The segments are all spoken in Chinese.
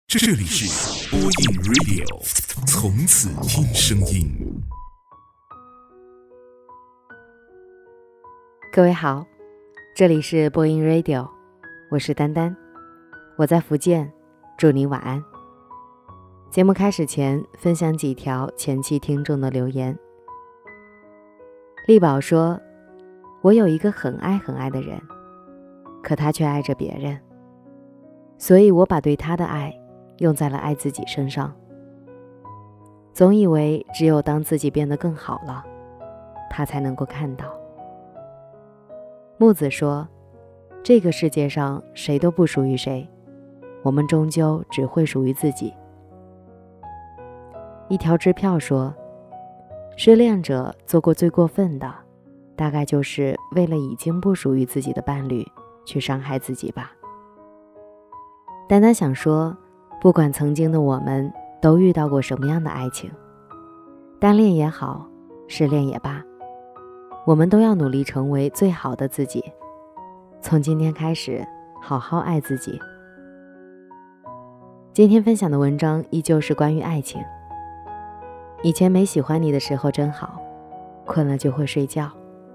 这里是播音 Radio， 从此听声音。 各位好，这里是播音 Radio， 我是丹丹，我在福建，祝您晚安。节目开始前，分享几条前期听众的留言。丽宝说，我有一个很爱很爱的人，可他却爱着别人，所以我把对他的爱用在了爱自己身上。总以为只有当自己变得更好了，他才能够看到。木子说，这个世界上谁都不属于谁，我们终究只会属于自己。一条支票说，失恋者做过最过分的，大概就是为了已经不属于自己的伴侣去伤害自己吧。丹丹想说，不管曾经的我们都遇到过什么样的爱情，单恋也好，失恋也罢，我们都要努力成为最好的自己，从今天开始好好爱自己。今天分享的文章依旧是关于爱情。以前没喜欢你的时候真好，困了就会睡觉。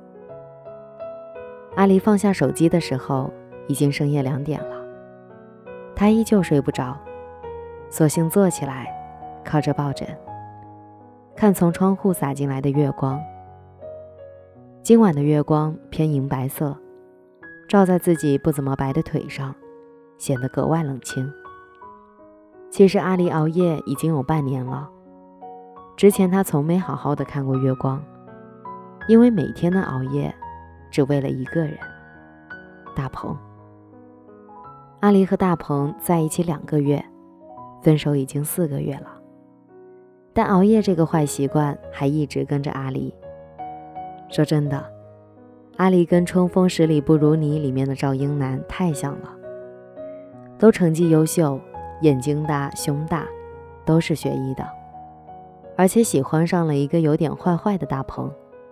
阿离放下手机的时候已经深夜2点了，他依旧睡不着，索性坐起来靠着抱枕，看从窗户洒进来的月光。今晚的月光偏银白色，照在自己不怎么白的腿上，显得格外冷清。其实阿离熬夜已经有半年了，之前他从没好好的看过月光，因为每天的熬夜只为了一个人，大鹏。阿离和大鹏在一起2个月，分手已经4个月了，但熬夜这个坏习惯还一直跟着阿离。说真的，阿离跟《春风十里不如你》里面的赵英男太像了，都成绩优秀，眼睛大胸大，都是学医的，而且喜欢上了一个有点坏坏的大鹏。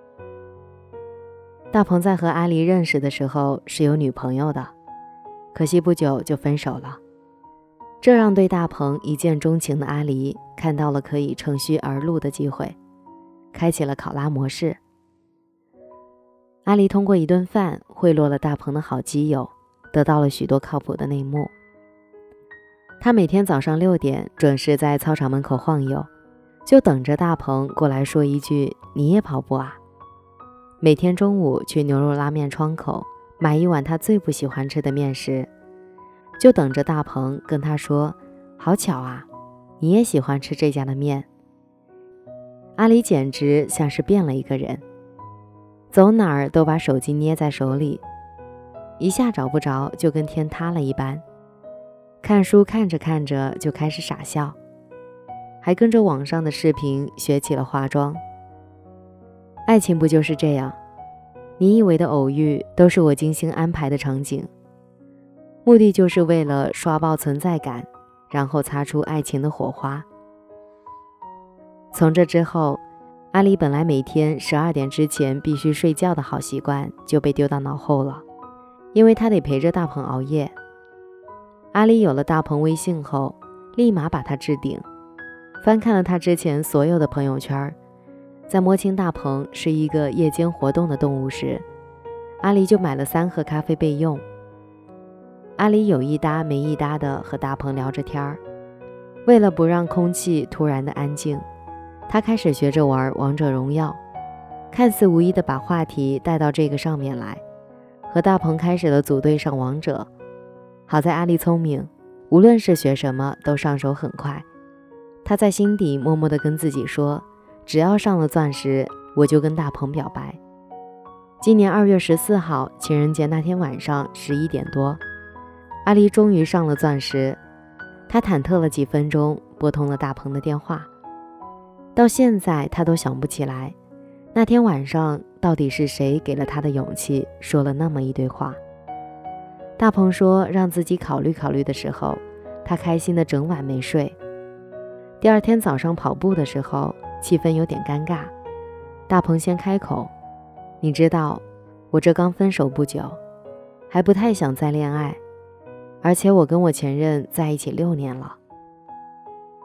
大鹏在和阿离认识的时候是有女朋友的，可惜不久就分手了，这让对大鹏一见钟情的阿离看到了可以乘虚而入的机会，开启了考拉模式。阿离通过一顿饭贿赂了大鹏的好基友，得到了许多靠谱的内幕。他每天早上6点准时在操场门口晃悠，就等着大鹏过来说一句，你也跑步啊。每天中午去牛肉拉面窗口买一碗他最不喜欢吃的面时，就等着大鹏跟他说，好巧啊，你也喜欢吃这家的面。阿离简直像是变了一个人，走哪儿都把手机捏在手里，一下找不着就跟天塌了一般。看书看着看着就开始傻笑，还跟着网上的视频学起了化妆。爱情不就是这样，你以为的偶遇都是我精心安排的场景，目的就是为了刷爆存在感，然后擦出爱情的火花。从这之后，阿离本来每天12点之前必须睡觉的好习惯就被丢到脑后了，因为他得陪着大鹏熬夜。阿离有了大鹏微信后，立马把他置顶，翻看了他之前所有的朋友圈，在摸清大鹏是一个夜间活动的动物时，阿离就买了3盒咖啡备用。阿离有一搭没一搭的和大鹏聊着天儿，为了不让空气突然的安静，他开始学着玩王者荣耀，看似无意的把话题带到这个上面来，和大鹏开始了组队上王者。好在阿离聪明，无论是学什么都上手很快。他在心底默默地跟自己说，只要上了钻石，我就跟大鹏表白。今年2月14号情人节那天晚上11点多，阿离终于上了钻石。他忐忑了几分钟，拨通了大鹏的电话。到现在他都想不起来，那天晚上到底是谁给了他的勇气，说了那么一堆话。大鹏说让自己考虑考虑的时候，他开心的整晚没睡。第二天早上跑步的时候，气氛有点尴尬。大鹏先开口，你知道，我这刚分手不久，还不太想再恋爱，而且我跟我前任在一起6年了，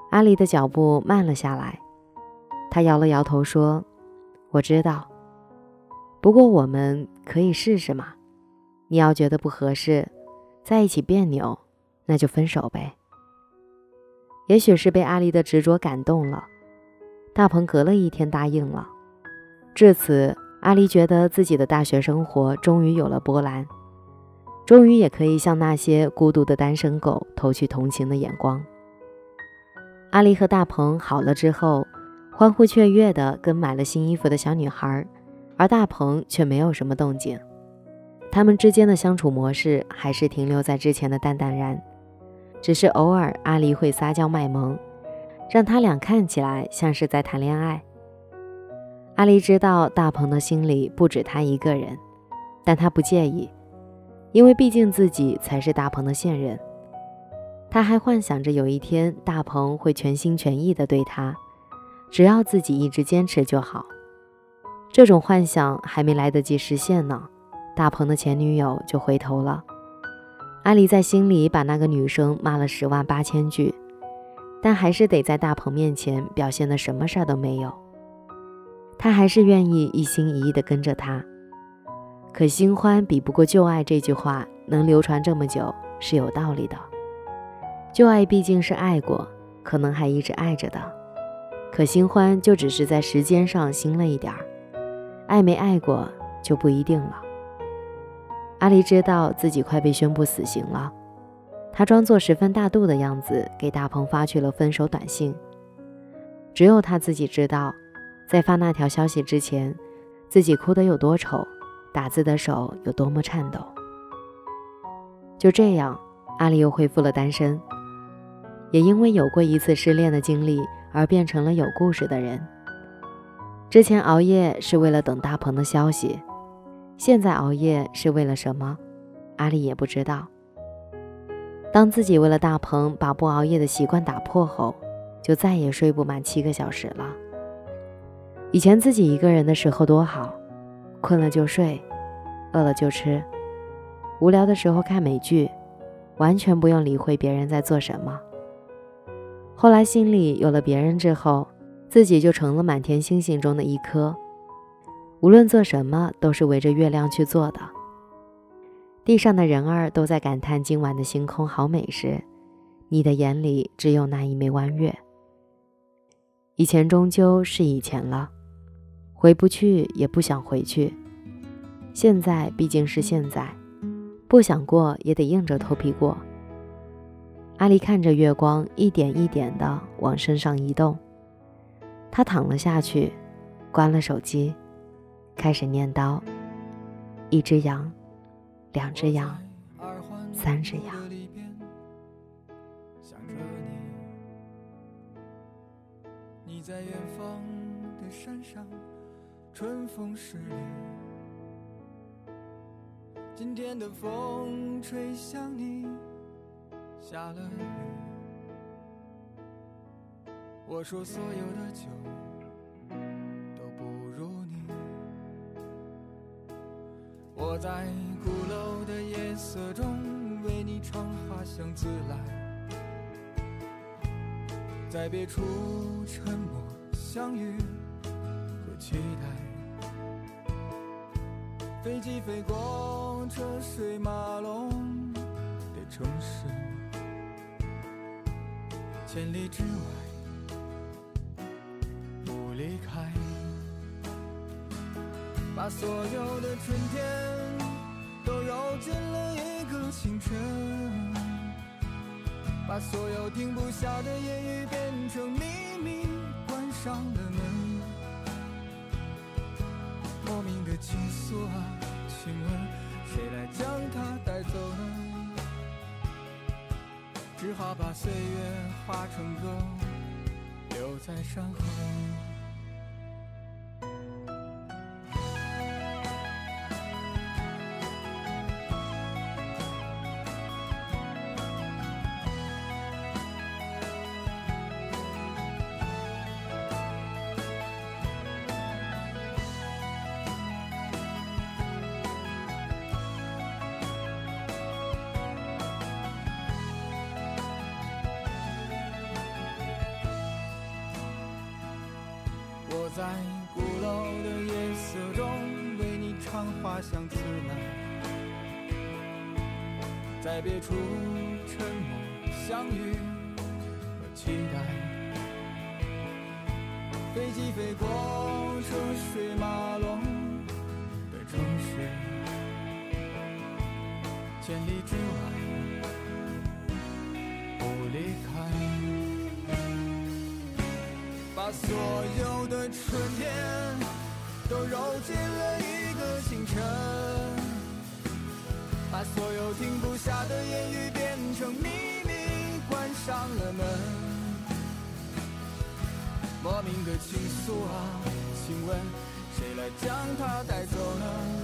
阿离的脚步慢了下来，他摇了摇头说，我知道，不过我们可以试试嘛，你要觉得不合适，在一起别扭，那就分手呗。也许是被阿离的执着感动了，大鹏隔了一天答应了。至此，阿离觉得自己的大学生活终于有了波澜，终于也可以向那些孤独的单身狗投去同情的眼光。阿离和大鹏好了之后，欢呼雀跃地跟买了新衣服的小女孩，而大鹏却没有什么动静。他们之间的相处模式还是停留在之前的淡淡然，只是偶尔阿离会撒娇卖萌，让他俩看起来像是在谈恋爱。阿离知道大鹏的心里不止他一个人，但他不介意，因为毕竟自己才是大鹏的现任。他还幻想着有一天大鹏会全心全意地对他，只要自己一直坚持就好。这种幻想还没来得及实现呢，大鹏的前女友就回头了。阿离在心里把那个女生骂了108000句，但还是得在大鹏面前表现得什么事儿都没有。他还是愿意一心一意地跟着他。可新欢比不过旧爱这句话能流传这么久是有道理的。旧爱毕竟是爱过，可能还一直爱着的，可新欢就只是在时间上新了一点儿，爱没爱过就不一定了。阿离知道自己快被宣布死刑了，他装作十分大度的样子给大鹏发去了分手短信。只有他自己知道，在发那条消息之前，自己哭得有多丑，打字的手有多么颤抖。就这样，阿离又恢复了单身，也因为有过一次失恋的经历而变成了有故事的人。之前熬夜是为了等大鹏的消息，现在熬夜是为了什么，阿离也不知道。当自己为了大鹏把不熬夜的习惯打破后，就再也睡不满7个小时了。以前自己一个人的时候多好，困了就睡，饿了就吃，无聊的时候看美剧，完全不用理会别人在做什么。后来心里有了别人之后，自己就成了满天星星中的一颗，无论做什么都是围着月亮去做的。地上的人儿都在感叹今晚的星空好美时，你的眼里只有那一枚弯月。以前终究是以前了，回不去也不想回去。现在毕竟是现在，不想过也得硬着头皮过。阿离看着月光一点一点地往身上移动，他躺了下去，关了手机，开始念叨：1只羊，2只羊，3只羊。 你在远方的山上，春风十里。今天的风吹向你，下了雨。我说所有的酒都不如你。我在鼓楼的夜色中为你唱花香自来，在别处沉默相遇和期待。飞机飞过车水马龙的城市，千里之外不离开。把所有的春天都揉进了一个清晨，把所有停不下的言语变成秘密，关上了门。莫名的情愫啊，请问谁来将它带走呢？只好把岁月化成歌，留在山河。 在鼓楼的夜色中为你唱花香自来，在别处沉默相遇和期待，飞机飞过车水马龙的城市，千里之外不离开，把所有的春天都揉进了一个清晨，把所有停不下的言语变成秘密，关上了门。莫名的情愫啊，请问谁来将它带走呢？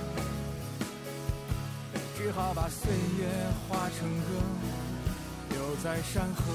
只好把岁月化成歌，留在山河。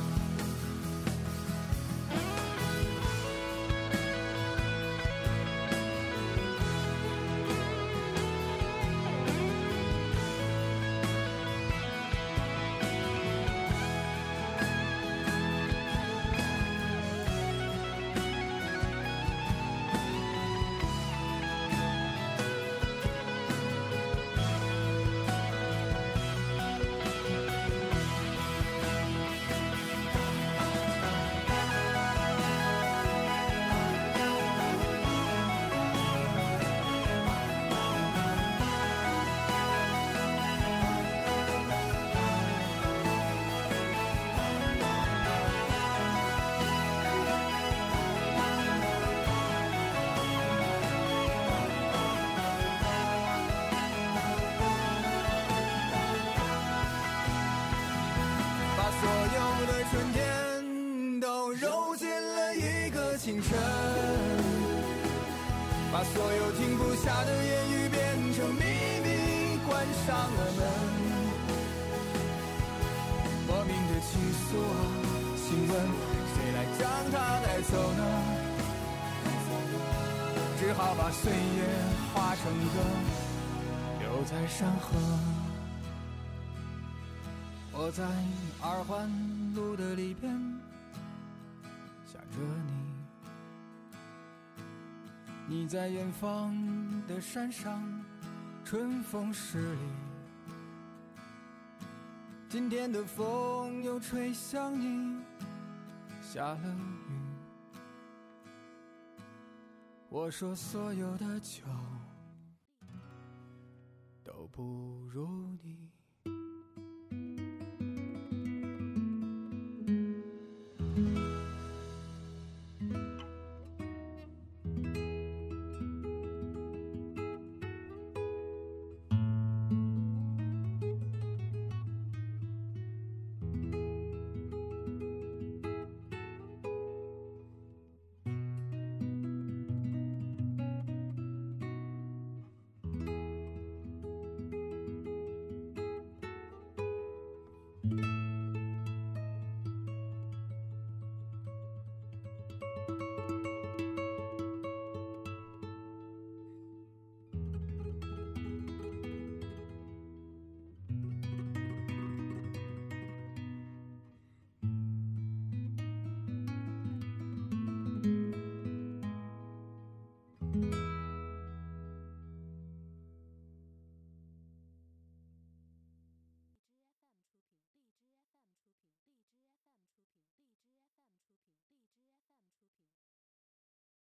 春天都揉进了一个清晨，把所有停不下的言语变成秘密，关上了门。莫名的情愫啊，请问谁来将它带走呢？只好把岁月化成歌，留在山河。我在二环路的里边想着你，你在远方的山上，春风十里。今天的风又吹向你，下了雨。我说所有的酒都不如你。